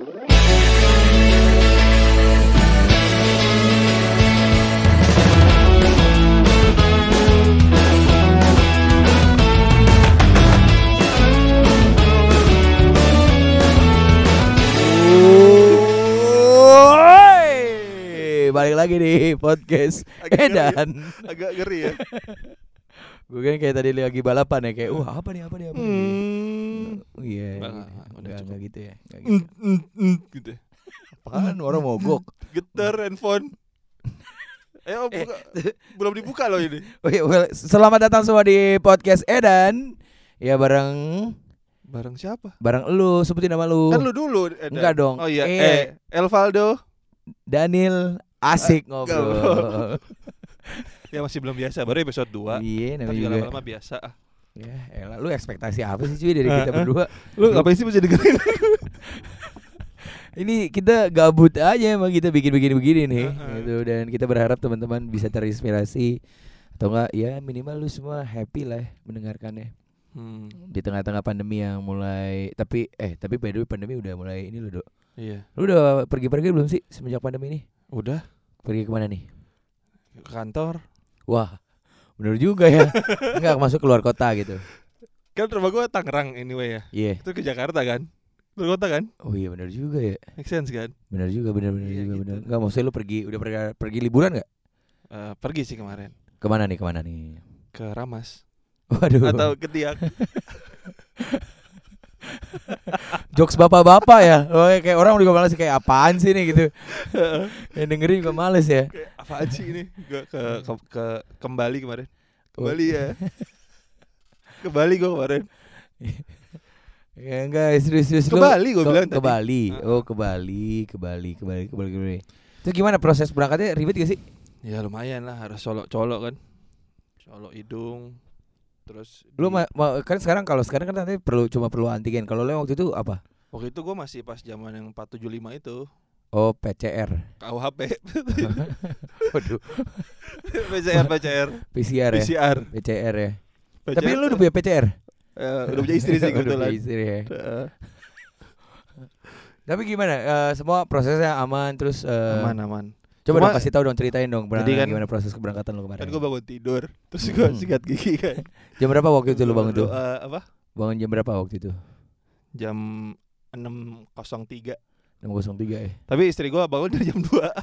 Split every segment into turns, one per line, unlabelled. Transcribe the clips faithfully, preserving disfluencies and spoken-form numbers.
Balik lagi di podcast Edan.
Agak ngeri ya.
Gue kan kayak tadi lagi balapan ya, kayak wah apa nih apa nih apa nih.
Hmm.
Oh iya.
Enggak,
Enggak enggak gitu ya. Enggak
Mm,
gitu.
mm, mm, gitu.
Apaan orang mogok.
Getar handphone. Eh, oh, buka. Belum dibuka loh ini.
Oh iya, well, selamat datang semua di podcast Edan. Ya bareng
Bareng siapa?
bareng lu, sebutin nama lu.
Kan lu dulu. Edan.
Enggak dong.
Oh iya.
Eh.
Eh, Elvaldo.
Daniel asik
Ah,
ngobrol.
Ya masih belum biasa, baru episode dua.
Iya,
Kan
namanya
juga
juga.
lama-lama biasa. Ah.
Ya, elah lu ekspektasi apa sih cuy dari kita berdua?
Lu ngapain sih masih dengerin?
Ini kita gabut aja emang kita bikin-bikin begini nih
Uh-uh.
gitu, dan kita berharap teman-teman bisa terinspirasi atau enggak ya minimal lu semua happy lah ya mendengarkannya
Hmm.
di tengah-tengah pandemi yang mulai tapi eh tapi by the way pandemi udah mulai ini loh, Dok.
Iya.
Lu udah pergi-pergi belum sih semenjak pandemi ini?
Udah
Pergi kemana nih?
ke kantor.
Wah, bener juga ya. Enggak masuk keluar kota gitu.
Kan rumah gua Tangerang anyway ya.
Iya.
Itu ke Jakarta kan? Keluar kota kan?
Oh iya bener juga ya.
Make sense kan?
Bener juga, bener-bener
Iya,
juga
gitu.
bener. Enggak maksudnya lu pergi udah pergi, pergi liburan enggak?
Eh, pergi sih kemarin
Kemana nih kemana nih?
ke Ramas
Waduh.
atau ke Tiak.
Jokes bapak-bapak ya. Oh, kayak orang juga males kayak apaan sih nih gitu. Yang dengerin juga males ya.
Kayak apaan sih ini? Gua ke, ke ke kembali kemarin. Kembali ya. Ke Bali gua kemarin.
Ya enggak serius-serius
Ke
lu-
Bali gua
ke-
bilang
ke
tadi.
Bali.
Uh-uh.
Oh, ke Bali, ke Bali, ke Bali, ke Bali, ke Bali. Terus gimana proses berangkatnya, ribet gak sih?
Ya lumayan lah, harus colok-colok kan. Colok hidung. Terus
Lu
di-
ma- ma- kan sekarang kalau sekarang kan nanti perlu cuma perlu antigen. Kalau lu yang waktu itu apa?
waktu itu gua masih pas zaman yang empat tujuh lima itu.
Oh, P C R.
K U H P.
Waduh,
P C R P C R.
P C R
P
ya.
C R.
P C R ya.
P C R
Tapi lu
tuh,
udah punya P C R?
eh, udah punya istri sih
Udah
kebetulan.
punya istri ya.
Heeh.
Tapi gimana? Eh, semua prosesnya aman terus eh,
Aman aman.
coba
Cuma-
dong kasih tahu dong, ceritain dong berangkat,
kan-
gimana proses keberangkatan lu kemarin.
Kan gua bangun tidur, terus gua
Hmm.
sikat gigi kan.
Jam berapa waktu itu lu bangun tuh?
Doa apa?
Bangun jam berapa waktu itu?
Jam enam nol tiga.
enam nol tiga ya.
Tapi istri gua bangun dari jam dua.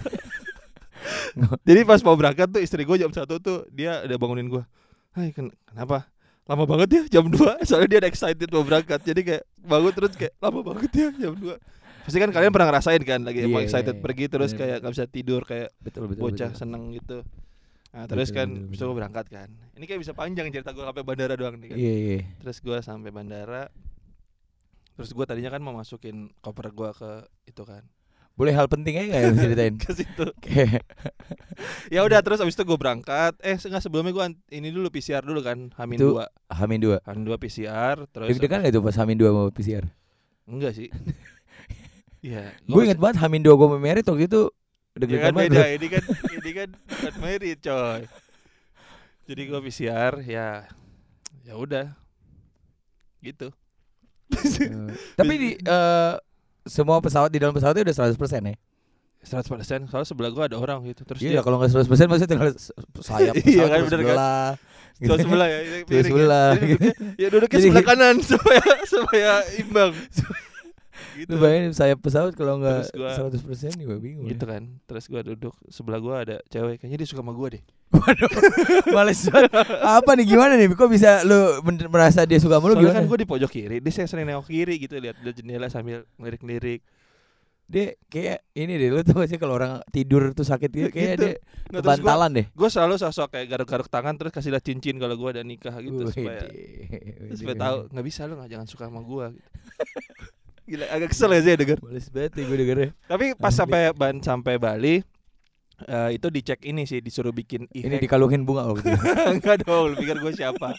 Jadi pas mau berangkat tuh istri gua jam satu tuh dia udah bangunin gua. Hai, ken- kenapa? Lama banget ya jam dua. Soalnya dia udah excited mau berangkat. Jadi kayak bangun terus kayak lama banget ya jam dua. Pasti kan kalian pernah ngerasain kan lagi
Iya,
mau
iya,
excited
iya.
pergi terus
Bener.
kayak enggak bisa tidur kayak
Betul betul.
bocah
betul.
seneng gitu. Nah, terus
Betul,
kan
betul,
besok
betul.
gua berangkat kan. Ini kayak bisa panjang cerita gua sampai bandara doang nih kan.
Iya iya.
Terus gua sampai bandara. Terus gua tadinya kan mau masukin koper gua ke itu kan.
Boleh hal penting aja nggak ya ceritain?
Ke situ.
Kayak
Ya udah terus abis itu gue berangkat. Eh enggak sebelumnya gue ini dulu P C R dulu kan. Hamin
Itu-
dua.
Hamin dua.
Hamin dua P C R. Terus
Deg-degan nggak tuh pas Hamin dua mau P C R?
enggak sih. Iya.
Gue inget banget Hamin dua gue mau merit waktu itu
Ya
deg-degan
kan
banget.
beda.
bro.
Ini kan ini kan bukan merit coy. Jadi gue P C R ya. Ya udah. Gitu.
Eh, Tapi di eh, semua pesawat di dalam pesawatnya udah seratus persen ya?
seratus persen soalnya sebelah gue ada orang gitu. Terus
Iya
dia
kalau nggak seratus persen maksudnya tinggal s- sayap
Iya
pesawat
kan,
cuma
bener kan?
sebelah. Gitu.
sebelah sebelah ya. Ini
Sebelah
miring ya.
sebelah,
Jadi
gitu.
duduknya- Ya duduknya
Jadi-
sebelah kanan supaya supaya imbang. Gitu.
Lu bayangin sayap pesawat kalau nggak
Terus gua-
seratus persen juga bingung.
Gitu
ya.
kan. Terus gua duduk sebelah gua ada cewek, kayaknya dia suka sama gua deh.
Waduh, males banget. Apa nih gimana nih? Kok bisa lu men- merasa dia suka sama lu
Soalnya
gimana?
kan gua di pojok kiri, dia sering nengok kiri gitu, lihat dari jendela sambil ngelirik-ngelirik.
Dia kayak ini deh, lu tau gak sih kalau orang tidur tuh sakit gitu, kayak
Gitu.
dia
Nah, terus gua,
kebantalan deh.
gua selalu sosok kayak garuk-garuk tangan terus kasih lihat cincin kalau gua ada nikah gitu
Wih,
supaya
deh.
supaya tahu nggak bisa lu nggak jangan suka sama gua gitu. Gila agak kesel ya sih denger.
Males banget nih gue dengernya.
Tapi pas
Asli.
sampai ban sampai Bali eh, itu dicek ini sih disuruh bikin
Ini
e-hack.
dikalungin bunga waktu itu.
Enggak dong, lu pikir gue siapa?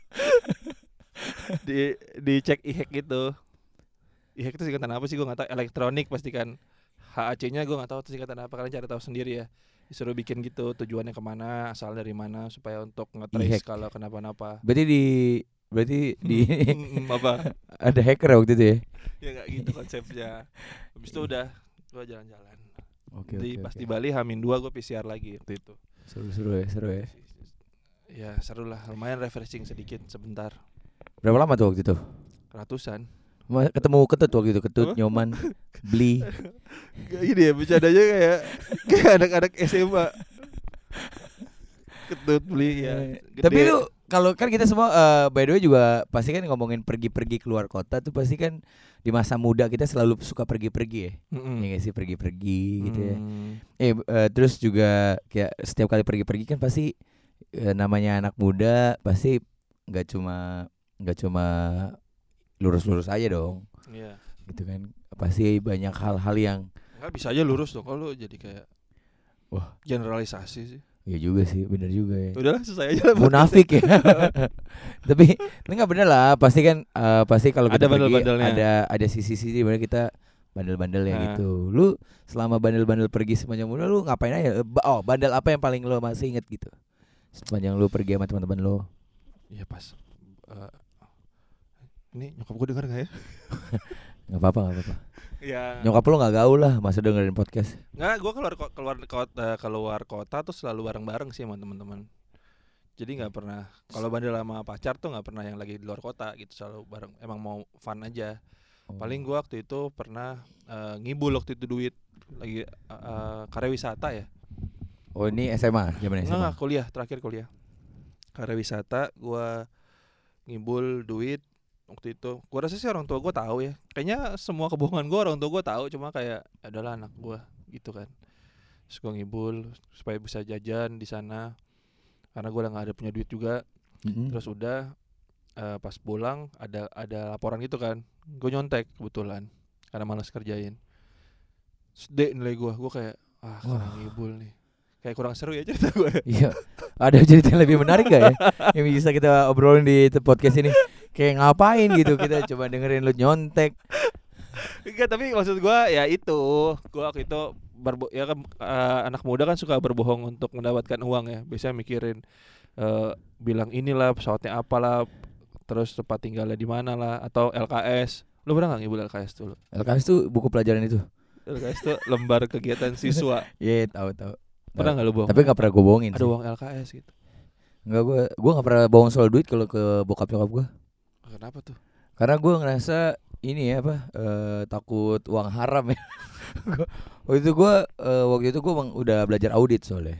Di dicek e-hack gitu. E-hack itu singkatan apa sih gue enggak tahu, elektronik pastikan. H A C-nya gue enggak tahu itu singkatan apa, kalian cari tahu sendiri ya. Disuruh bikin gitu, tujuannya kemana, asal dari mana supaya untuk nge-trace
E-hack.
kalau kenapa-napa.
Berarti di berarti di
Hmm, apa?
ada hacker ya waktu itu ya.
Ya nggak gitu konsepnya. Habis itu udah gue jalan-jalan.
Oke
Di
oke.
pas
oke.
di Bali Hamin dua gue P C R lagi waktu itu.
Seru-seru ya, seru ya.
Ya seru lah, lumayan refreshing sedikit sebentar.
Berapa lama tuh waktu itu?
Ratusan.
Ma- Ketemu ketut waktu itu, ketut,
Apa?
nyoman, beli.
Kayak gini ya bercandanya kayak kayak anak-anak S M A. Ketut beli ya. Gede.
Tapi lu kalau kan kita semua eh, by the way juga pasti kan ngomongin pergi-pergi keluar kota tuh pasti kan di masa muda kita selalu suka pergi-pergi ya.
Mm-mm.
Ya nggak sih pergi-pergi gitu ya.
Hmm.
Eh eh, terus juga kayak setiap kali pergi-pergi kan pasti eh, namanya anak muda pasti nggak cuma nggak cuma lurus-lurus aja dong,
Iya.
gitu kan. Pasti banyak hal-hal yang
Enggak bisa aja lurus dong kalau jadi kayak
wah,
generalisasi sih.
ya juga sih, bener juga ya.
Udahlah selesai aja lah.
Munafik ya. Tapi ini nggak bener lah, pasti kan eh, pasti kalau kita
Ada
pergi
bandel-bandelnya.
ada ada sisi-sisi di mana kita bandel-bandel ya
Nah.
gitu. Lu selama bandel-bandel pergi sepanjang muda lu ngapain aja? Ba- Oh, bandel apa yang paling lu masih inget gitu? Sepanjang lu pergi sama teman-teman lu.
Iya pas. eh, ini nyokap gue denger gak ya?
Nggak apa-apa, nggak apa-apa.
Ya.
Nyokap lu nggak gaul lah, masa dengerin podcast.
Nggak, gue keluar ko- keluar kota keluar kota tuh selalu bareng-bareng sih sama teman-teman. Jadi nggak pernah kalau bandel sama pacar tuh nggak pernah yang lagi di luar kota gitu, selalu bareng. Emang mau fun aja.
Oh.
Paling gue waktu itu pernah eh, ngibul waktu itu duit lagi uh, karya wisata ya.
Oh, ini S M A, zaman S M
Nggak,
A.
nggak, kuliah terakhir kuliah. Karya wisata gue ngibul duit waktu itu. Gue rasa sih orang tua gue tahu ya. Kayaknya semua kebohongan gue orang tua gue tahu, cuma kayak adalah anak gue gitu kan. Terus gue ngibul supaya bisa jajan di sana karena gue nggak ada punya duit juga.
Mm-mm.
Terus udah eh, pas pulang ada ada laporan gitu kan, gue nyontek kebetulan karena malas kerjain. Terus D nilai gue, gue kayak ah karena
Wah.
ngibul nih, kayak kurang seru ya cerita gue.
Iya. Ada cerita yang lebih menarik gak ya yang bisa kita obrolin di te- podcast ini? Kayak ngapain gitu kita coba dengerin lu nyontek.
Enggak, tapi maksud gue ya itu, gue waktu itu berbo- ya kan eh, anak muda kan suka berbohong untuk mendapatkan uang ya. Biasanya mikirin eh, bilang inilah pesawatnya apalah, terus tempat tinggalnya di mana lah, atau L K S. Lu pernah nggak ngibul L K S dulu?
L K S tuh buku pelajaran itu.
L K S tuh lembar kegiatan siswa.
Iya, tahu tahu.
Pernah nggak lu bohong?
Tapi nggak pernah gue bohongin
Ada
sih.
uang L K S gitu.
Nggak, gue gue nggak pernah bohong soal duit kalau ke bokap nyokap gue.
Kenapa tuh?
Karena gue ngerasa ini ya apa eh, takut uang haram ya. Gua- waktu itu gue eh, waktu itu gue udah belajar audit soalnya.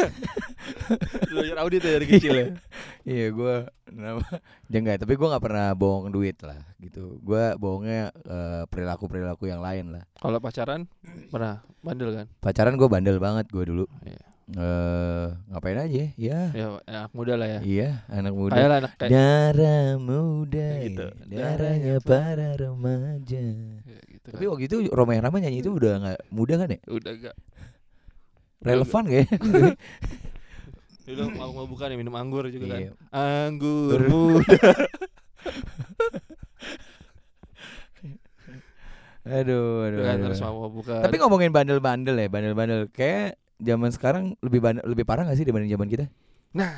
Belajar audit ya dari kecil ya.
Iya, gue nama ya enggak, tapi gue nggak pernah bohong duit lah gitu. Gue bohongnya eh, perilaku-perilaku yang lain lah.
Kalau pacaran pernah bandel kan?
Pacaran gue bandel banget gue dulu.
Iya.
Eh ngapain aja ya?
Ya anak muda lah ya.
Iya, anak muda.
Kayak lah anak kayak
Darah muda,
Gitu.
ini, darahnya para remaja.
ya, gitu
Tapi
kan.
waktu itu Roma Irama nyanyi itu udah nggak muda kan ya?
Udah gak
Relevan gak ya?
Dulu mau mau buka nih minum anggur juga
Iya.
kan. Anggur
Ber-
muda.
Aduh, aduh.
Kan
aduh.
terus mau buka.
Tapi ngomongin bandel-bandel ya, bandel-bandel kayak zaman sekarang lebih bandel, lebih parah gak sih dibanding zaman kita?
Nah.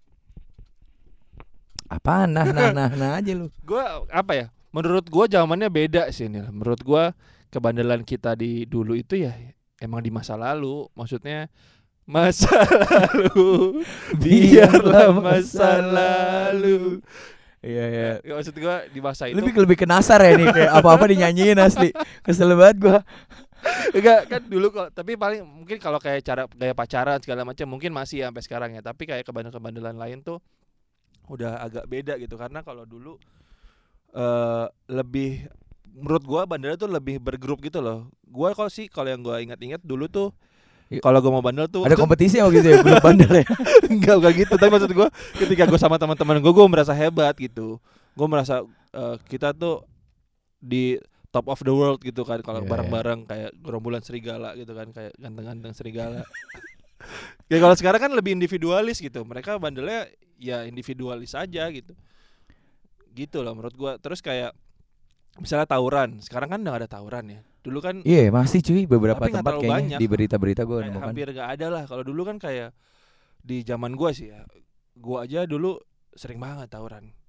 Apaan? Nah, nah, nah, nah aja lu.
Gua apa ya? Menurut gua zamannya beda sih nih. Menurut gua kebandelan kita di dulu itu ya emang di masa lalu. Maksudnya masa lalu biarlah masa lalu.
Iya, iya.
Ya, maksud gua di masa itu
Lebih lebih ke Nasar ya nih, kayak apa-apa dinyanyiin asli. Kesel banget gua.
enggak kan dulu kok, tapi paling mungkin kalau kayak cara gaya pacaran segala macam mungkin masih sampai sekarang ya, tapi kayak kebandel-kebandelan lain tuh udah agak beda gitu. Karena kalau dulu eh lebih, menurut gua bandelnya tuh lebih bergrup gitu loh. Gua kalau sih kalau yang gua ingat-ingat dulu tuh
Yuk.
kalau gua mau bandel tuh
Ada kompetisi waktu itu ya, grup bandel ya.
enggak bukan gitu, tapi maksud gua ketika gua sama teman-teman gua gua merasa hebat gitu. Gua merasa eh, kita tuh di top of the world gitu kan kalau
Iya,
bareng-bareng kayak gerombolan serigala gitu kan, kayak ganteng-ganteng serigala. Ya kalau sekarang kan lebih individualis gitu. Mereka bandelnya ya individualis aja gitu. Gitu lah menurut gua. Terus kayak misalnya tawuran. Sekarang kan udah gak ada tawuran ya. Dulu kan
Iya, masih cuy beberapa
Tapi nggak
tempat
terlalu
kayaknya
banyak.
di berita-berita gua
kayak
nemukan.
hampir gak ada lah. Kalau dulu kan kayak di zaman gua sih ya. Gua aja dulu sering banget tawuran.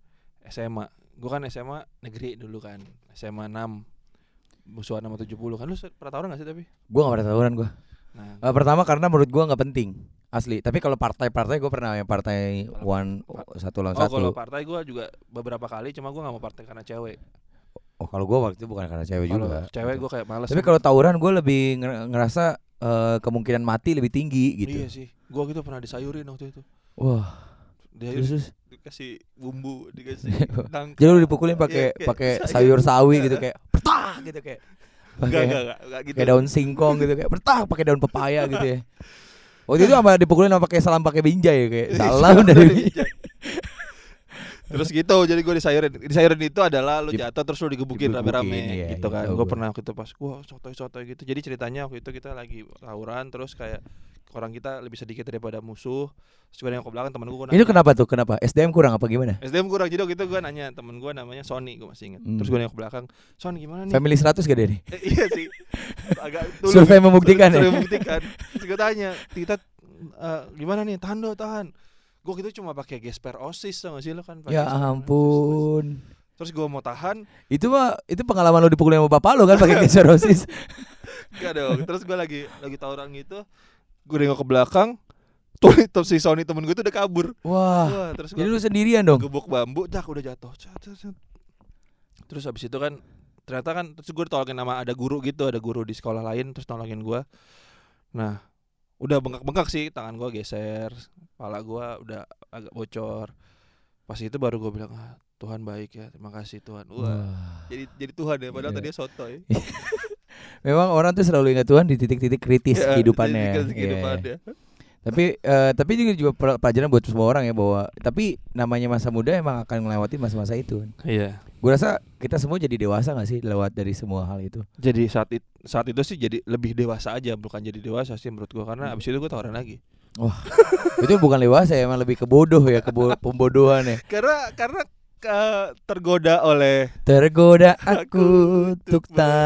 S M A. Gue kan S M A negeri dulu kan, S M A enam musuhan sama tujuh puluh kan. Lu pernah tawuran gak sih tapi?
Gue gak pernah tawuran gue.
Nah,
Uh, pertama karena menurut gue nggak penting asli. Tapi kalau partai-partai gue pernah yang partai one satu lawan
oh
satu.
kalau partai gue juga beberapa kali, cuma gue nggak mau partai karena cewek.
Oh kalau gue waktu itu bukan karena cewek
Kalau
juga.
cewek gue kayak males.
Tapi kalau tawuran gue lebih nger- ngerasa uh, kemungkinan mati lebih tinggi gitu.
Iya sih, gue gitu pernah disayurin waktu itu.
Wah.
Dia
Terus,
dikasih bumbu, dikasih nangka.
jadi lu dipukulin pakai
Iya,
pakai
sayur.
sayur sawi gitu kayak petak gitu kayak.
Enggak,
Pakai
enggak, enggak, enggak gitu.
kayak daun singkong gitu kayak petak pakai daun pepaya gitu ya. Waktu itu sama dipukulin sama pakai salam pakai binjai kayak salam dari binjai.
Terus gitu, jadi gue disayurin. Disayurin itu adalah lu
Dip-
jatuh terus lu digebukin
digebukin,
rame-rame
iya,
gitu
iya,
kan.
tahu
Gue
gua.
pernah waktu itu pas gua sotoy-sotoy gitu. Jadi ceritanya waktu itu kita lagi tawuran terus kayak orang kita lebih sedikit daripada musuh. Terus gue nengok ke belakang, temen gue nanya.
Itu kenapa tuh? Kenapa? S D M kurang apa gimana?
S D M kurang, jadi waktu itu gue nanya temen gue namanya Sony, gue masih inget.
Hmm.
Terus gue nengok ke belakang, Son gimana nih?
Family seratus gak deh nih?
Eh, iya sih. Agak tulung.
Survei membuktikan
Survei
ya?
membuktikan. Terus gue tanya, kita uh, gimana nih? Tahan do, tahan. Gue gitu cuma pakai gesper osis, tau gak sih lo kan? pakai
Ya
gesper osis.
ampun.
Terus gue mau tahan,
Itu mah itu pengalaman lo dipukulin sama bapak lo kan pakai geserosis.
enggak dong. Terus gue lagi lagi tawuran gitu, gue nengok ke belakang, tuh tuh si Sony temen gue tuh udah kabur.
Wah.
Wah, terus
Jadi
gue
lu sendirian dong.
gebuk bambu, dak udah jatuh. Cet, cet, cet. Terus habis itu kan ternyata kan terus gue ditolongin sama ada guru gitu, ada guru di sekolah lain terus nolongin gue. Nah, udah bengkak-bengkak sih, tangan gue geser, kepala gue udah agak bocor. Pas itu baru gue bilang, ah, Tuhan baik ya, terima kasih Tuhan. Wah,
Wah.
jadi jadi Tuhan ya, padahal
Iya.
tadinya sotoy.
Memang orang tuh selalu ingat Tuhan di titik-titik kritis
Ya,
kehidupannya.
jadi
Iya.
kehidupannya.
Tapi eh, tapi juga juga pel- pelajaran buat semua orang ya bahwa tapi namanya masa muda emang akan melewati masa-masa itu.
Iya.
Gue rasa kita semua jadi dewasa gak sih lewat dari semua hal itu.
Jadi saat it, saat itu sih jadi lebih dewasa aja, bukan jadi dewasa sih menurut gue, karena abis itu gue tawaran lagi.
Itu bukan dewasa ya, emang lebih ke bodoh ya, ke bo- pembodohan ya.
Karena karena ke- tergoda oleh
Tergoda aku untuk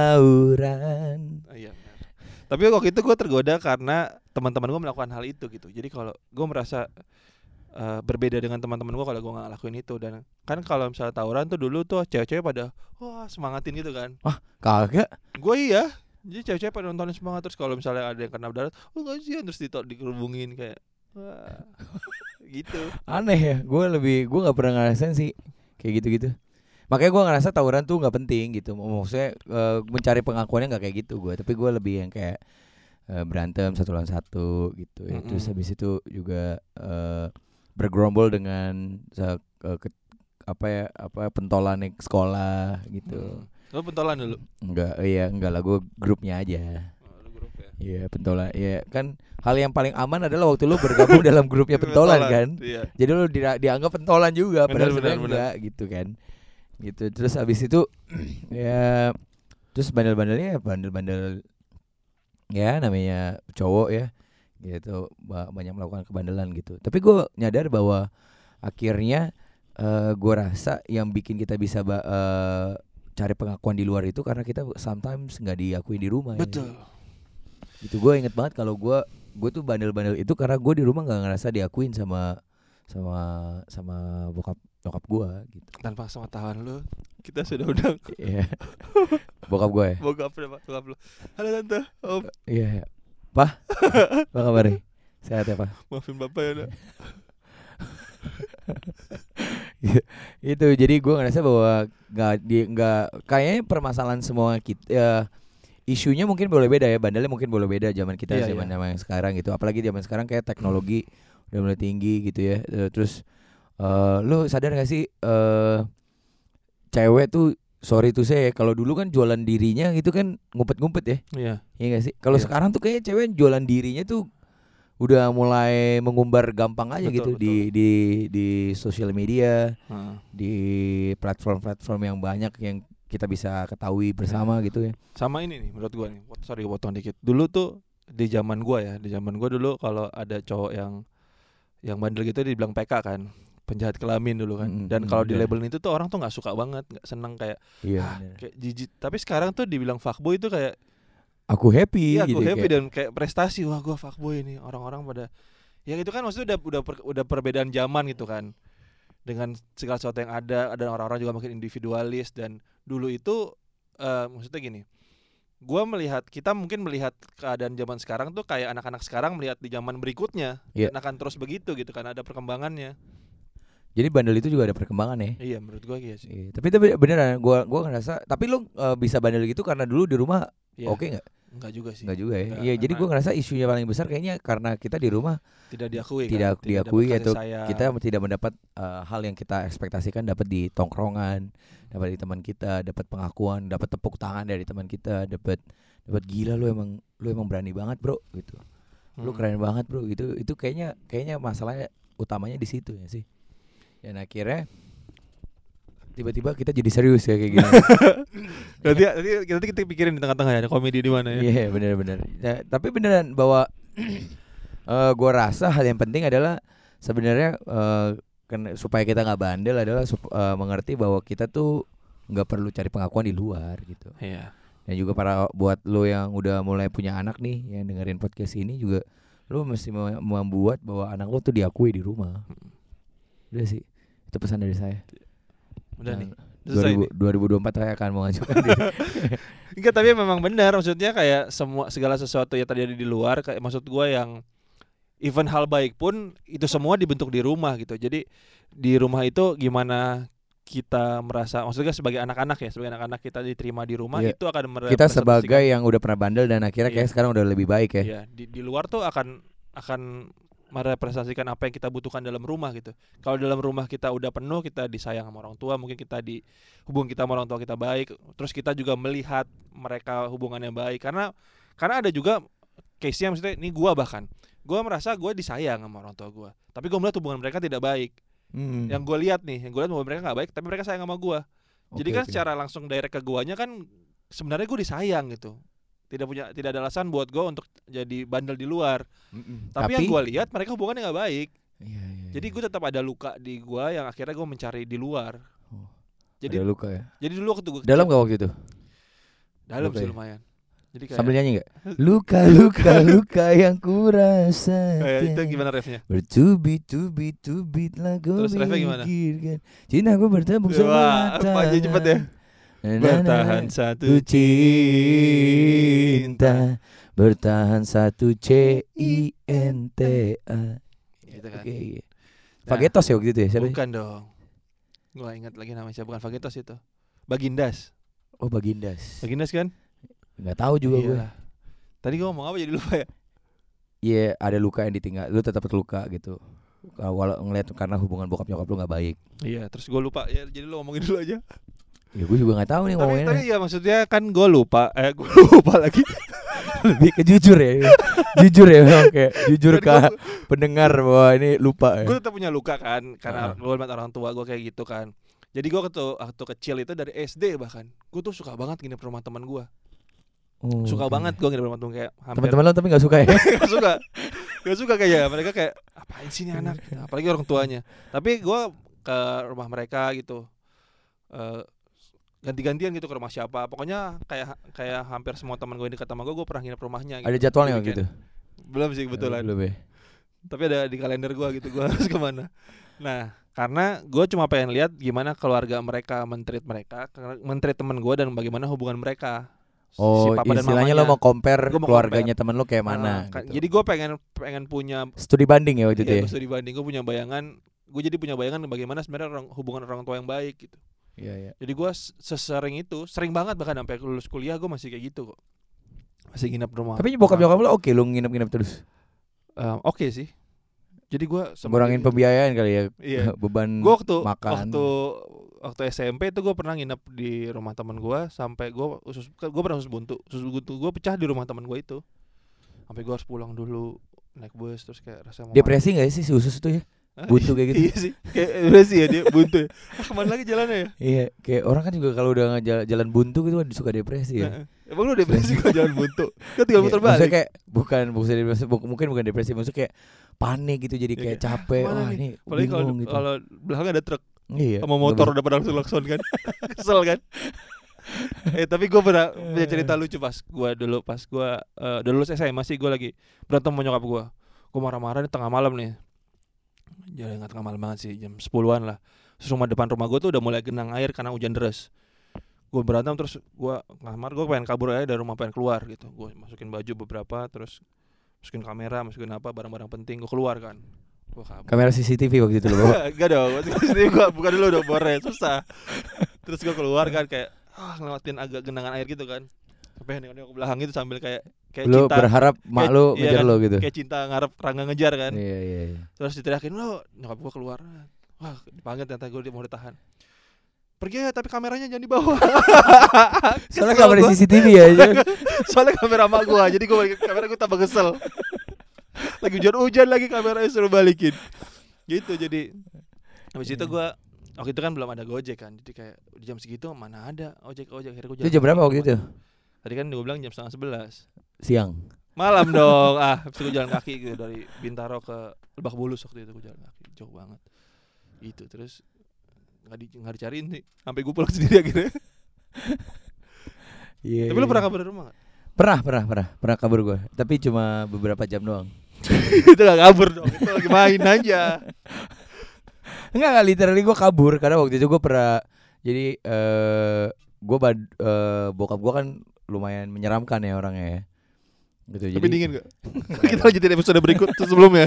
tawuran.
oh, iya, benar. Tapi waktu itu gue tergoda karena teman-teman gue melakukan hal itu gitu. Jadi kalau gue merasa uh, berbeda dengan teman-teman gue kalau gue nggak ngelakuin itu. Dan kan kalau misalnya tawuran tuh dulu tuh cewek-cewek pada wah semangatin gitu kan.
Kagak.
Gue iya. Jadi cewek-cewek pada nontonin semangat, terus kalau misalnya ada yang kena darat, oh kasihan, terus ditok dikerubungin kayak wah gitu.
Aneh ya, gue lebih gue nggak pernah ngerasain sih kayak gitu-gitu. Makanya gue ngerasa tawuran tuh nggak penting gitu. Maksudnya eh, mencari pengakuannya nggak kayak gitu gue, tapi gue lebih yang kayak eh, berantem satu lawan satu gitu. Ya.
Mm-mm.
Terus habis itu juga eh, bergerombol dengan se- eh, ke- apa ya apa pentolan yang sekolah gitu.
Hmm. Lo pentolan dulu.
Enggak, iya enggak lah, gue grupnya aja.
Oh, lu grup ya.
Iya pentolan, iya kan hal yang paling aman adalah waktu lu bergabung dalam grupnya pentolan kan.
Iya.
Jadi lu di- dianggap pentolan juga,
Benar,
padahal
benar,
sebenarnya enggak gitu kan. Gitu terus habis itu ya terus bandel-bandelnya ya bandel-bandel ya namanya cowok ya gitu ba- banyak melakukan kebandelan gitu. Tapi gue nyadar bahwa akhirnya uh, gue rasa yang bikin kita bisa ba- uh, cari pengakuan di luar itu karena kita sometimes nggak diakui di rumah.
Betul.
Ya. Itu gue inget banget kalau gue gue tuh bandel-bandel itu karena gue di rumah nggak ngerasa diakuin sama sama sama bokap bokap gue gitu.
Tanpa sepengetahuan lu, kita sudah undang
Iya. Bokap gue ya.
bokap lu, bokap lu. Halo tante, om,
Iya. iya. Pak, apa kabar nih? Sehat ya Pak?
maafin bapak ya nak.
Itu jadi gue ngerasa bahwa nggak di nggak kayaknya permasalahan semua kita ya, isunya mungkin boleh beda ya, bandelnya mungkin boleh beda zaman kita
Iya,
zaman
iya.
zaman yang sekarang gitu, apalagi zaman sekarang kayak teknologi udah mulai tinggi gitu ya. Eh, terus eh, lu sadar gak sih eh cewek tuh sorry tuh saya kalau dulu kan jualan dirinya gitu kan ngumpet-ngumpet ya,
Iya.
iya gak sih? Kalau
Iya.
sekarang tuh kayaknya cewek jualan dirinya tuh udah mulai mengumbar gampang aja
Betul,
gitu
betul.
di di di sosial media,
Heeh.
di platform-platform yang banyak yang kita bisa ketahui bersama gitu ya.
Sama ini nih menurut gua nih, pot- sorry gua potong dikit. Dulu tuh di zaman gua ya, di zaman gua dulu kalau ada cowok yang yang bandel gitu dibilang P K kan, penjahat kelamin dulu kan.
Mm-mm,
Dan kalau di
bener.
labelin itu tuh orang tuh nggak suka banget, nggak seneng kayak
Iya.
ah,
bener.
kayak jijik. Tapi sekarang tuh dibilang fuckboy itu kayak
Aku happy
iya
gitu.
aku happy
kayak,
dan kayak prestasi, wah gua fuckboy nih, orang-orang pada ya itu kan maksudnya udah udah per- udah perbedaan zaman gitu kan. dengan segala sesuatu yang ada, dan orang-orang juga makin individualis. Dan dulu itu uh, maksudnya gini, gue melihat, kita mungkin melihat keadaan zaman sekarang tuh kayak anak-anak sekarang melihat di zaman berikutnya,
yeah.
dan akan terus begitu gitu kan, ada perkembangannya.
Jadi bandel itu juga ada perkembangan ya.
Iya menurut gue iya sih.
Iya, tapi tapi beneran gue gue ngerasa, tapi lu uh, bisa bandel gitu karena dulu di rumah
yeah.
oke okay nggak?
Enggak juga sih.
Enggak juga ya.
Enggak,
Iya, jadi gue ngerasa isunya paling besar kayaknya karena kita di rumah
tidak diakui,
tidak
kan?
diakui
tidak
atau
sayang.
Kita tidak mendapat uh, hal yang kita ekspektasikan dapat di tongkrongan, dapat di teman kita, dapat pengakuan, dapat tepuk tangan dari teman kita, dapat dapat gila lu emang lu emang berani banget bro gitu. Lu
hmm.
keren banget bro gitu. Itu kayaknya kayaknya masalahnya utamanya di situ ya sih. Dan akhirnya tiba-tiba kita jadi serius ya kayak gini.
Nanti nanti kita pikirin di tengah-tengah ya, ada komedi di mana ya.
Iya yeah, benar-benar. Ya, tapi beneran bahwa uh, gue rasa hal yang penting adalah sebenarnya uh, kan, supaya kita nggak bandel adalah uh, mengerti bahwa kita tuh nggak perlu cari pengakuan di luar gitu.
Iya.
Dan juga para buat lo yang udah mulai punya anak nih yang dengerin podcast ini juga, lo mesti membuat bahwa anak lo tuh diakui di rumah. Udah sih, itu pesan dari saya.
Udah
nah,
nih.
dua ribu dua puluh empat saya akan mengajukan diri.
Enggak, tapi memang benar, maksudnya kayak semua segala sesuatu yang terjadi di luar, kayak maksud gue yang even hal baik pun itu semua dibentuk di rumah gitu. Jadi di rumah itu gimana kita merasa, maksudnya sebagai anak-anak ya, sebagai anak-anak kita diterima di rumah, yeah. itu akan mere-
kita sebagai yang udah pernah bandel dan akhirnya yeah. kayak sekarang udah lebih baik ya.
Yeah. Di, di luar tuh akan akan merepresentasikan apa yang kita butuhkan dalam rumah gitu. Kalau dalam rumah kita udah penuh, kita disayang sama orang tua, mungkin kita di hubungan kita sama orang tua kita baik, terus kita juga melihat mereka hubungannya baik, karena karena ada juga case-nya, maksudnya ini gua bahkan gua merasa gua disayang sama orang tua gua, tapi gua melihat hubungan mereka tidak baik. Hmm. Yang gue lihat nih, yang gue lihat bahwa mereka nggak baik, tapi mereka sayang sama gue. Okay, jadi kan okay. secara langsung direct ke guanya kan sebenarnya gue disayang gitu. Tidak punya, tidak ada alasan buat gue untuk jadi bandel di luar. Mm-mm. Tapi, tapi yang gue lihat mereka hubungannya nggak baik. Iya, iya, jadi gue tetap ada luka di gue yang akhirnya gue mencari di luar.
Oh,
jadi
ada luka ya.
Jadi dulu waktu gue
dalam nggak waktu itu?
Dalam
luka
sih
ya?
Lumayan. Jadi kayak
sambil nyanyi nggak? Luka luka luka yang kurasa.
Kayak itu gimana refnya?
Bertubi-tubi tubit lagu.
Terus refnya gimana?
Cintaku bertepuk sebelah tangan.
Cepet ya. Bertahan satu cinta,
bertahan satu C I N T A.
Gitu kan.
Oke. Fagetos ya gitu ya? Siapa?
Bukan dong. Gua ingat lagi namanya siapa, bukan Fagetos itu. Bagindas.
Oh Bagindas.
Bagindas kan?
Nggak tahu juga gue.
Tadi gue ngomong apa jadi lupa ya?
Iya, yeah, ada luka yang ditinggal, lu tetap terluka gitu. Walau ngeliat karena hubungan bokap nyokap lu nggak baik.
Iya, terus gue lupa ya, jadi lu ngomongin dulu aja.
Ya gue juga nggak tahu nih ngomongin.
Tapi, tapi ya maksudnya kan gue lupa, eh gue lupa lagi.
Lebih ke jujur ya, jujur ya, oke, jujur ke pendengar bahwa ini lupa. Ya.
Gue tetap punya luka kan, karena uh. gue lihat orang tua gue kayak gitu kan. Jadi gue waktu, waktu kecil itu dari S D bahkan, gue tuh suka banget nginep rumah teman gue. Oh, suka okay. banget gue nginep rumah temen kayak hampir.
Teman-teman lo tapi nggak suka ya?
Gak suka, gak suka kayak mereka kayak apain sih nih anak, apalagi orang tuanya. Tapi gue ke rumah mereka gitu, uh, ganti-gantian gitu ke rumah siapa. Pokoknya kayak kayak hampir semua teman gue yang dekat sama gue, gue pernah nginep rumahnya. Gitu.
Ada jadwalnya gitu?
Belum sih kebetulan.
Ya, belum ya.
Tapi ada di kalender gue gitu, gue harus kemana. Nah, karena gue cuma pengen lihat gimana keluarga mereka men-treat mereka, men-treat teman gue dan bagaimana hubungan mereka.
Oh, si papa istilahnya dan lo mau compare keluarganya temen lo kayak mana?
Nah,
gitu.
Jadi gue pengen pengen punya
studi banding ya waktu itu.
Iya, studi banding. Gue punya bayangan, gue jadi punya bayangan bagaimana sebenarnya orang, hubungan orang tua yang baik gitu.
Iya, iya.
Jadi gue sesering itu, sering banget bahkan sampai lulus kuliah gue masih kayak gitu kok. Masih nginep rumah.
Tapi bokap nyokap lo oke lo nginep-nginep terus?
Um, oke okay sih. Jadi gue
ngurangin pembiayaan kali ya,
iya.
beban
gua waktu,
makan.
Waktu waktu S M P itu gue pernah nginep di rumah teman gue sampai gue usus gue pernah usus buntu, usus buntu gue pecah di rumah teman gue itu, sampai gue harus pulang dulu naik bus terus kayak rasa mau
depresi nggak sih si usus itu ya? Buntu kayak gitu.
Iya sih, kayak depresi ya dia buntu. Ya. Ah, kemana lagi jalannya ya?
Iya, kayak orang kan juga kalau udah jalan, jalan buntu gitu kan suka depresi ya.
Nah, emang lu depresi kalau jalan buntu? Kan tinggal muter balik.
Maksudnya kayak bukan bukan depresi, mungkin bukan depresi, maksudnya kayak panik gitu jadi kayak ya, capek. Wah, ini
apalagi kalau
gitu.
kalau belakang ada truk.
Iya.
Sama motor udah pada langsung-langsung kan. Kesel kan? eh tapi gue pernah punya cerita lucu pas gue dulu pas gue uh, udah lulus S M A masih gue lagi berantem sama nyokap gue. Gue marah-marah di tengah malam nih. Jadi nggak tengah malam banget sih, jam sepuluhan lah. Terus rumah depan rumah gue tuh udah mulai genang air karena hujan deras. Gue berantem terus gue kamar, gue pengen kabur aja dari rumah, pengen keluar gitu. Gue masukin baju beberapa, terus masukin kamera, masukin apa barang-barang penting, gue keluar kan. Gue kabur.
Kamera C C T V waktu itu lo bawa.
Enggak dong, maksudnya gue bukan dulu dong, bornya susah. Terus gue keluar kan kayak ah ngelewatin agak genangan air gitu kan. Sampai nengok-nengok ke belakang itu sambil kayak kayak
Lu
cinta.
berharap mak
Kayak-
lu
iya
ngejar
kan,
lo gitu.
Kayak cinta ngarep Rangga ngejar kan.
Iya iya iya.
Terus diteriakin lo, nyokap gue keluar. Wah, dipanggil ternyata gue mau ditahan. Pergi ya, tapi kameranya jangan dibawa.
Soalnya
Kesel
kamera
gua.
C C T V ya.
Soalnya kamera mak gue, jadi gue balikin kamera, gue tambah kesel. Lagi hujan-hujan lagi kameranya suruh balikin. Gitu jadi. Habis itu gue waktu itu kan belum ada Gojek kan. Jadi kayak di jam segitu mana ada ojek-ojek, akhirnya gue
Itu jam berapa waktu itu?
Tadi kan gue bilang jam setengah sebelas.
Siang.
Malam dong. Ah, habis itu gue jalan kaki gitu dari Bintaro ke Lebak Bulus waktu itu gue jalan kaki, jauh banget. Gitu terus nggak di nggak dicariin nih, sampai gue pulang sendiri akhirnya.
Iya.
Tapi lu pernah kabur dari rumah nggak?
Pernah, pernah, pernah, pernah kabur gue. Tapi cuma beberapa jam doang.
Itu gak kabur dong, itu lagi main aja.
Enggak, enggak literally gue kabur karena waktu itu gue pernah jadi eh gue bad, eh, bokap gue kan lumayan menyeramkan ya orangnya ya. Gitu.
Tapi
Jadi
dingin gak? Kita lanjutin episode berikut sebelumnya.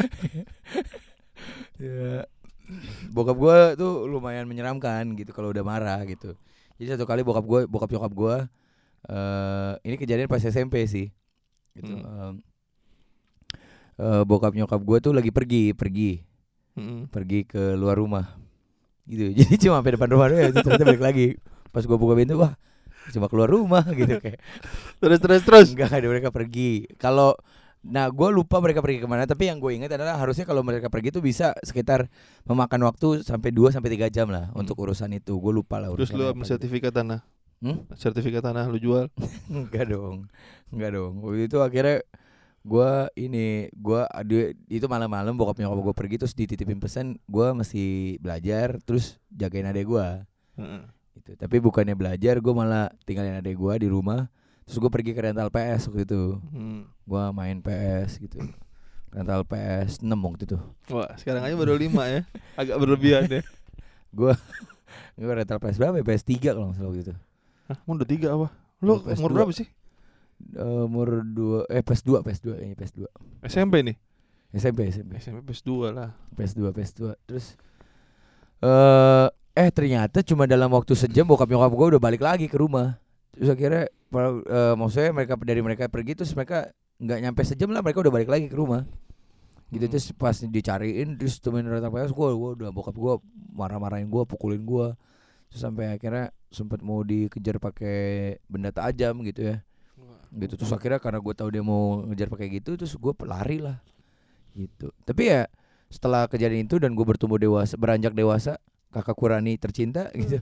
ya, bokap gue tuh lumayan menyeramkan gitu kalau udah marah gitu. Jadi satu kali bokap gue, bokap nyokap gue, uh, ini kejadian pas S M P sih. Gitu.
Hmm.
Um, uh, bokap nyokap gue tuh lagi pergi, pergi,
Mm-mm.
pergi ke luar rumah. Gitu. Jadi cuma sampai depan rumah doang, ternyata balik lagi. Pas gue buka pintu, wah cuma keluar rumah gitu kayak.
Terus terus terus.
Enggak ada, mereka pergi. Kalau nah gue lupa mereka pergi kemana, tapi yang gue ingat adalah harusnya kalau mereka pergi tuh bisa sekitar memakan waktu sampai dua sampai tiga jam lah
Hmm.
untuk urusan itu. Gue lupa lah
Terus
urusan
lu
apa
ambil
gitu.
sertifikat tanah.
Hmm?
Sertifikat tanah lu jual.
Enggak dong. Enggak dong. Waktu itu akhirnya gue ini gue aduh, itu malam-malam bokap nyokap gue pergi terus dititipin pesan gue masih belajar terus jagain adek gue.
Heeh.
Gitu. Tapi bukannya belajar, gue malah tinggalin adek gue di rumah. Terus gue pergi ke rental P S waktu itu.
Hmm.
Gue main P S gitu. Rental P S enam waktu itu.
Wah, sekarang aja baru lima ya. Agak berlebihan ya.
Gue gue rental P S berapa ya? P S tiga kalau nggak salah waktu itu.
Hah, mau udah tiga apa? Lu
P S
umur
dua.
berapa sih?
Uh, umur dua eh P S dua P S dua kayaknya P S dua.
S M P nih.
S M P S M P.
S M P P S dua lah.
P S dua P S dua. Terus eh eh ternyata cuma dalam waktu sejam bokap nyokap gue udah balik lagi ke rumah. Terus akhirnya uh, maksudnya mereka dari mereka pergi terus mereka nggak nyampe sejam lah mereka udah balik lagi ke rumah. Gitu.
Hmm.
Terus pas dicariin terus temen rental P S gue, gue udah bokap gue marah-marahin gue, pukulin gue. Terus sampai akhirnya sempat mau dikejar pakai benda tajam gitu ya. Gitu. Terus akhirnya karena gue tahu dia mau ngejar pakai gitu, terus gue lari lah. Gitu. Tapi ya setelah kejadian itu dan gue bertumbuh dewasa, beranjak dewasa, kakakku Rani tercinta gitu.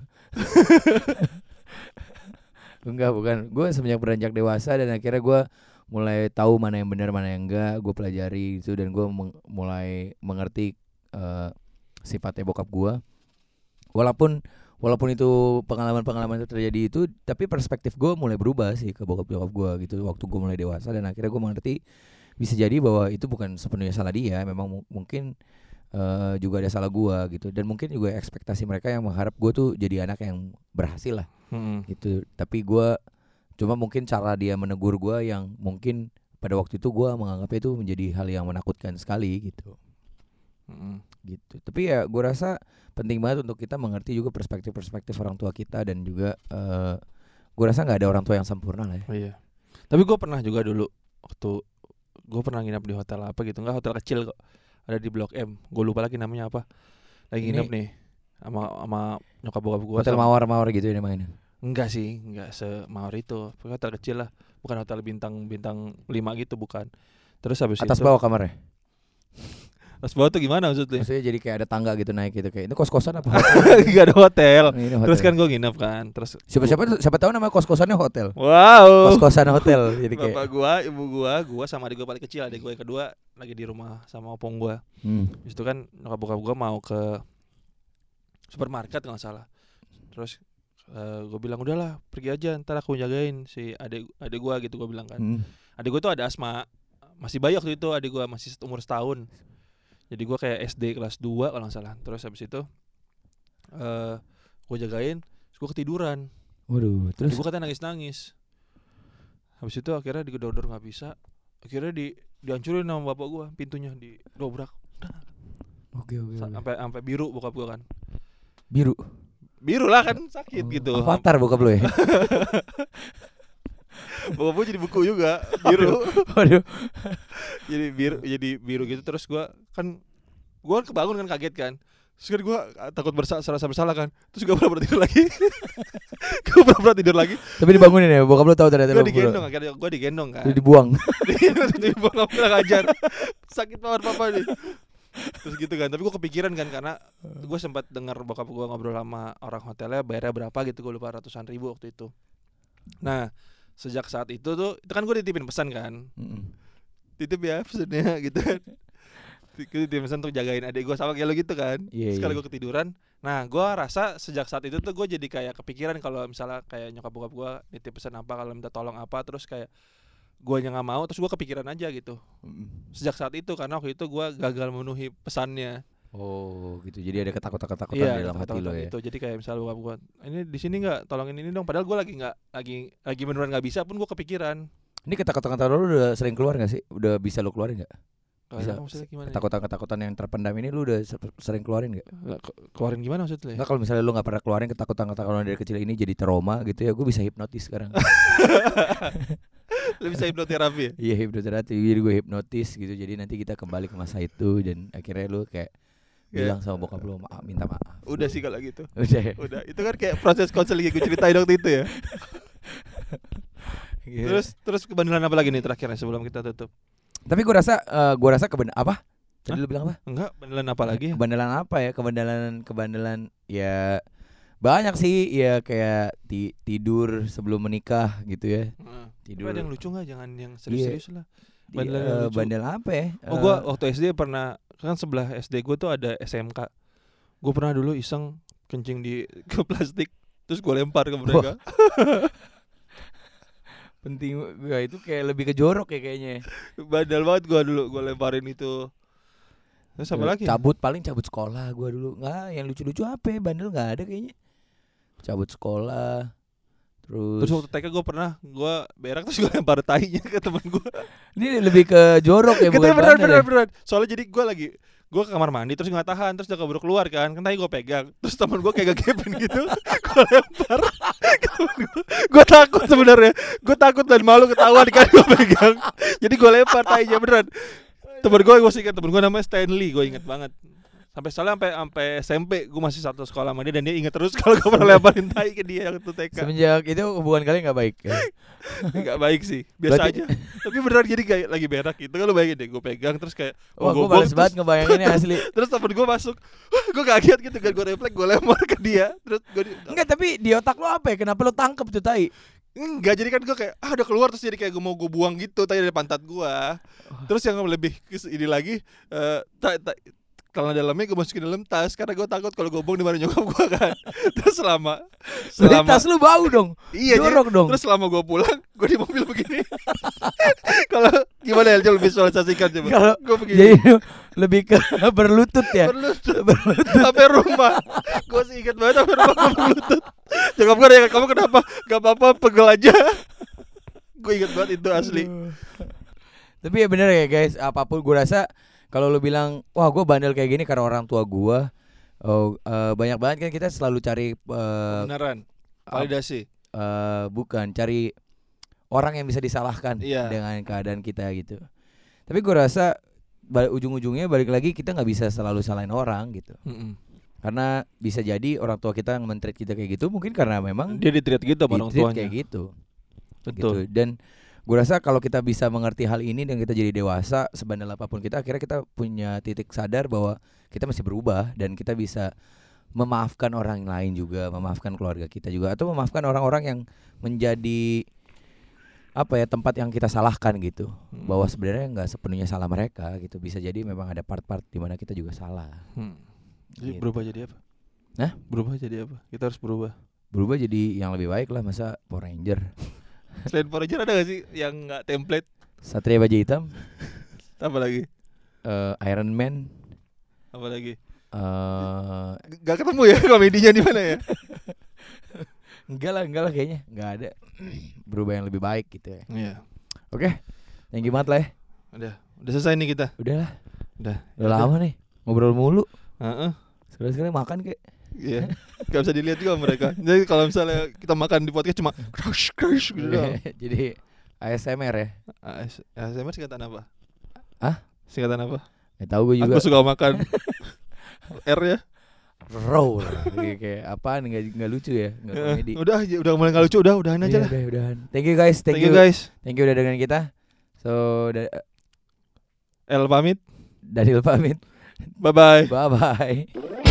Enggak, bukan. Gue semenjak beranjak dewasa dan akhirnya gue mulai tahu mana yang benar mana yang enggak, gue pelajari gitu dan gue meng- mulai mengerti uh, sifatnya bokap gue. Walaupun walaupun itu pengalaman-pengalaman itu terjadi itu, tapi perspektif gue mulai berubah sih ke bokap nyokap gue gitu waktu gue mulai dewasa dan akhirnya gue mengerti bisa jadi bahwa itu bukan sepenuhnya salah dia, memang mu- mungkin uh, juga ada salah gue gitu dan mungkin juga ekspektasi mereka yang mengharap gue tuh jadi anak yang berhasil lah.
Hmm.
Gitu. Tapi gue cuma mungkin cara dia menegur gue yang mungkin pada waktu itu gue menganggapnya itu menjadi hal yang menakutkan sekali gitu.
Hmm.
Gitu. Tapi ya gue rasa penting banget untuk kita mengerti juga perspektif-perspektif orang tua kita dan juga uh, gue rasa nggak ada orang tua yang sempurna lah ya.
Oh iya. Tapi gue pernah juga dulu waktu gue pernah nginap di hotel apa gitu, nggak hotel kecil kok, ada di Blok M. Gue lupa lagi namanya apa. Lagi
Ini
nginap nih sama sama nyokap bokap gue.
hotel mawar-mawar gitu ya namanya.
Enggak sih, enggak semawar itu. Pokoknya hotel kecil lah, bukan hotel bintang bintang lima gitu, bukan. Terus habis
Atas
itu
bawah kamarnya.
atas bawah tuh gimana maksudnya?
Maksudnya jadi kayak ada tangga gitu naik gitu kayak. Itu kos-kosan apa?
Enggak ada hotel.
Ini hotel.
Terus kan gue nginep kan. Terus
siapa-siapa siapa tahu nama kos-kosannya hotel.
wow.
Kos-kosan hotel. Jadi kayak
Bapak gua, ibu gua, gua sama adik gua paling kecil, adik gua yang kedua lagi di rumah sama opong gua.
hmm.
Habis itu kan nyokap bokap gua mau ke supermarket kalau nggak salah. Terus uh, gua bilang udahlah pergi aja, ntar aku jagain si adik adik gua gitu, gua bilang kan.
Hmm.
Adik gua tuh ada asma, masih bayi waktu itu, adik gua masih umur setahun. Jadi gue kayak S D kelas dua kalau nggak salah. Terus habis itu uh, gue jagain, terus gue ketiduran.
Waduh, terus
Gue katanya nangis-nangis. Habis itu akhirnya digedor-gedor nggak bisa. Akhirnya di dihancurin sama bapak gue, pintunya didobrak.
Oke oke. oke.
Sampai sampai biru bokap gue kan.
Biru.
Biru lah kan sakit
Oh,
gitu.
Avatar bokap lu ya.
Bokap gue jadi buku juga biru.
Waduh.
Jadi biru jadi biru gitu. Terus gue kan gue kan kebangun kan, kaget kan. Terus kan gue takut bersalah bersalah kan. Terus gue pura-pura tidur lagi. Gue pura-pura tidur lagi.
Tapi dibangunin ya, bokap lu tahu ternyata
Gue
lu
digendong, akhirnya gue digendong kan.
Lu dibuang.
Dibuang sama bilang ajar. Sakit banget papa nih. Terus gitu kan. Tapi gue kepikiran kan, karena gue sempat dengar bokap gue ngobrol sama orang hotelnya, bayarnya berapa gitu, gue lupa, ratusan ribu waktu itu. Nah sejak saat itu tuh, itu kan gue dititipin pesan kan. Titip ya pesannya gitu kan. Gue dititipin pesan untuk jagain adik gue sama kayak lo gitu kan.
Iya,
Sekali
iya.
gue ketiduran. Nah gue rasa sejak saat itu tuh gue jadi kayak kepikiran kalau misalnya kayak nyokap bokap gue nitip pesan apa, kalau minta tolong apa, terus kayak gue yang nggak mau, terus gue kepikiran aja gitu. Sejak saat itu, karena waktu itu gue gagal memenuhi pesannya.
Oh gitu, jadi ada ketakutan-ketakutan
Iya,
di dalam hati lo ya.
Itu jadi kayak misalnya bokap gue, ini di sini nggak, tolongin ini dong. Padahal gue lagi nggak, lagi lagi beneran nggak bisa pun gue kepikiran.
Ini ketakutan-ketakutan lo udah sering keluar gak sih? Udah bisa lo keluarin gak? Bisa.
Kayak maksudnya gimana?
Ketakutan-ketakutan yang terpendam ini lu udah se- sering keluarin gak?
Nggak, ke- keluarin gimana maksudnya?
Enggak, kalau misalnya lu gak pernah keluarin ketakutan-ketakutan dari kecil ini jadi trauma gitu ya, gue bisa hipnotis sekarang.
Lu bisa hipnoterapi ya?
Iya, hipnoterapi. Jadi gue hipnotis gitu. Jadi nanti kita kembali ke masa itu dan akhirnya lu kayak
Ya.
bilang sama bokap lu, maaf, minta maaf.
Udah sih kalau gitu.
Udah ya?
Udah, itu kan kayak proses konseling yang gue ceritain waktu itu ya.
Gitu.
Terus terus kebandelan apa lagi nih terakhirnya sebelum kita tutup?
Tapi gue rasa uh, gue rasa keben apa? Tadi
Hah?
lu bilang apa?
Enggak, bandelan apa lagi?
Kebandelan apa ya? Kebandelan kebandelan ya banyak sih ya, kayak ti- tidur sebelum menikah gitu ya.
Heeh.
Tidur.
Ada yang lucu nggak? Jangan yang serius-serius lah.
Di-
Bandelan yang
eh,
lucu.
bandel apa ya?
Oh,
Eh,
gue waktu S D pernah, kan sebelah S D gue tuh ada S M K. Gue pernah dulu iseng kencing di ke plastik, terus gue lempar ke mereka.
penting gue itu kayak lebih ke jorok ya kayaknya.
Bandel banget gue dulu, gue lemparin itu. Terus apa lagi?
Cabut, paling cabut sekolah gue dulu. Nggak, yang lucu-lucu apa ya? Bandel nggak ada kayaknya. Cabut sekolah. Terus,
Terus waktu T K gue pernah, gue berak terus gue lempar tainya ke teman gue.
ini lebih ke jorok ya, bukan
Katanya beneran
bandel
beneran
ya?
beneran. Soalnya jadi gue lagi gue ke kamar mandi terus nggak tahan, terus dia keburu keluar kan, kan tadi gue pegang, terus temen gue kayak gagepin gitu, gue lempar. Gue takut sebenarnya, gue takut dan malu ketahuan kan gue pegang, jadi gue lempar tainya beneran. Temen gue, gue sih kan temen gue namanya Stanley, gue inget banget. Sampai soalnya sampai sampai S M P gue masih satu sekolah sama dia, dan dia inget terus kalau gue pernah lemparin tai ke dia waktu T K.
Semenjak itu hubungan kalian nggak baik ya?
Nggak baik sih, biasa
Berarti-
aja. Tapi beneran jadi kayak lagi berak gitu kan, lu bayangin deh, gue pegang terus kayak
Wah, gue
gua
males
terus-
banget ngebayanginnya asli.
Terus temen gue masuk, gue kaget gitu kan, gue refleks, gue lempar ke dia. Terus gue di-
Enggak, tapi di otak lo apa ya? Kenapa lo tangkep tuh tai?
enggak, jadi kan gue kayak ah udah keluar, terus jadi kayak gue mau gue buang gitu tadi dari pantat gue. Terus yang lebih kes- ini lagi, eh ta, ta, celana dalamnya gue masukin dalam tas karena gue takut kalau gue buang di mana nyokap gue kan. Terus selama
Berarti
selama
tas lu bau dong.
iya jadi-
Jorok dong.
terus selama gue pulang, gue di mobil begini. Kalau gimana ya, coba visualisasikan coba.
Kalau
Gue begini.
jadi lebih ke berlutut ya.
Berlutut sampai rumah. Gue sih ingat banget sampai rumah gue berlutut. Nyokap gue nanya, kamu kenapa? Gak apa-apa, pegel aja. Gue ingat banget itu asli.
Tapi ya bener ya guys, apapun gue rasa kalau lu bilang wah gue bandel kayak gini karena orang tua gue, oh eh, banyak banget kan kita selalu cari eh,
Beneran. Validasi.
eh, bukan cari orang yang bisa disalahkan
Iya.
dengan keadaan kita gitu. Tapi gue rasa ba- ujung-ujungnya balik lagi kita nggak bisa selalu salahin orang gitu.
Mm-mm.
Karena bisa jadi orang tua kita yang men-treat kita kayak gitu mungkin karena memang
Dia ditreat gitu sama orang
di-treat
tuanya.
kayak gitu.
Betul.
Gitu. Dan gue rasa kalau kita bisa mengerti hal ini dan kita jadi dewasa, sebandel apapun kita, akhirnya kita punya titik sadar bahwa kita masih berubah dan kita bisa memaafkan orang lain juga, memaafkan keluarga kita juga, atau memaafkan orang-orang yang menjadi apa ya tempat yang kita salahkan gitu.
Hmm.
Bahwa sebenarnya nggak sepenuhnya salah mereka gitu. Bisa jadi memang ada part-part di mana kita juga salah.
Hmm. Jadi
Gitu.
berubah jadi apa?
Hah?
Berubah jadi apa? Kita harus berubah.
Berubah jadi yang lebih baik lah, masa Power Ranger.
Selain Power Ranger ada gak sih yang gak template?
Satria Baja Hitam,
Apa lagi?
eh, Iron Man,
Apalagi?
Eh,
Gak ketemu ya komedinya di mana ya?
enggak lah, enggak lah kayaknya, enggak ada. Berubah yang lebih baik gitu ya.
Iya.
Oke. Thank you banget lah ya.
Udah, udah selesai nih kita.
Udah lah.
Udah.
Udah lama nih ngobrol mulu.
Heeh.
Sekali-sekali makan kayak.
Iya. Gak bisa dilihat juga mereka. Jadi kalau misalnya kita makan di podcast cuma crush crush gitu doang.
Jadi A S M R ya.
A S M R singkatan apa?
Hah?
Singkatan apa?
Nggak tahu gue juga.
Aku suka makan R ya.
Raw lah. Kayak, kayak apaan nggak nggak lucu ya, nggak
Eh,
komedi.
udah udah mulai nggak lucu, udah udahan aja
Iya,
lah.
udah, udahan. Thank you guys, thank,
Thank you guys.
thank you udah dengan kita. So, da-
El pamit.
Daniel pamit.
Bye bye.
Bye bye.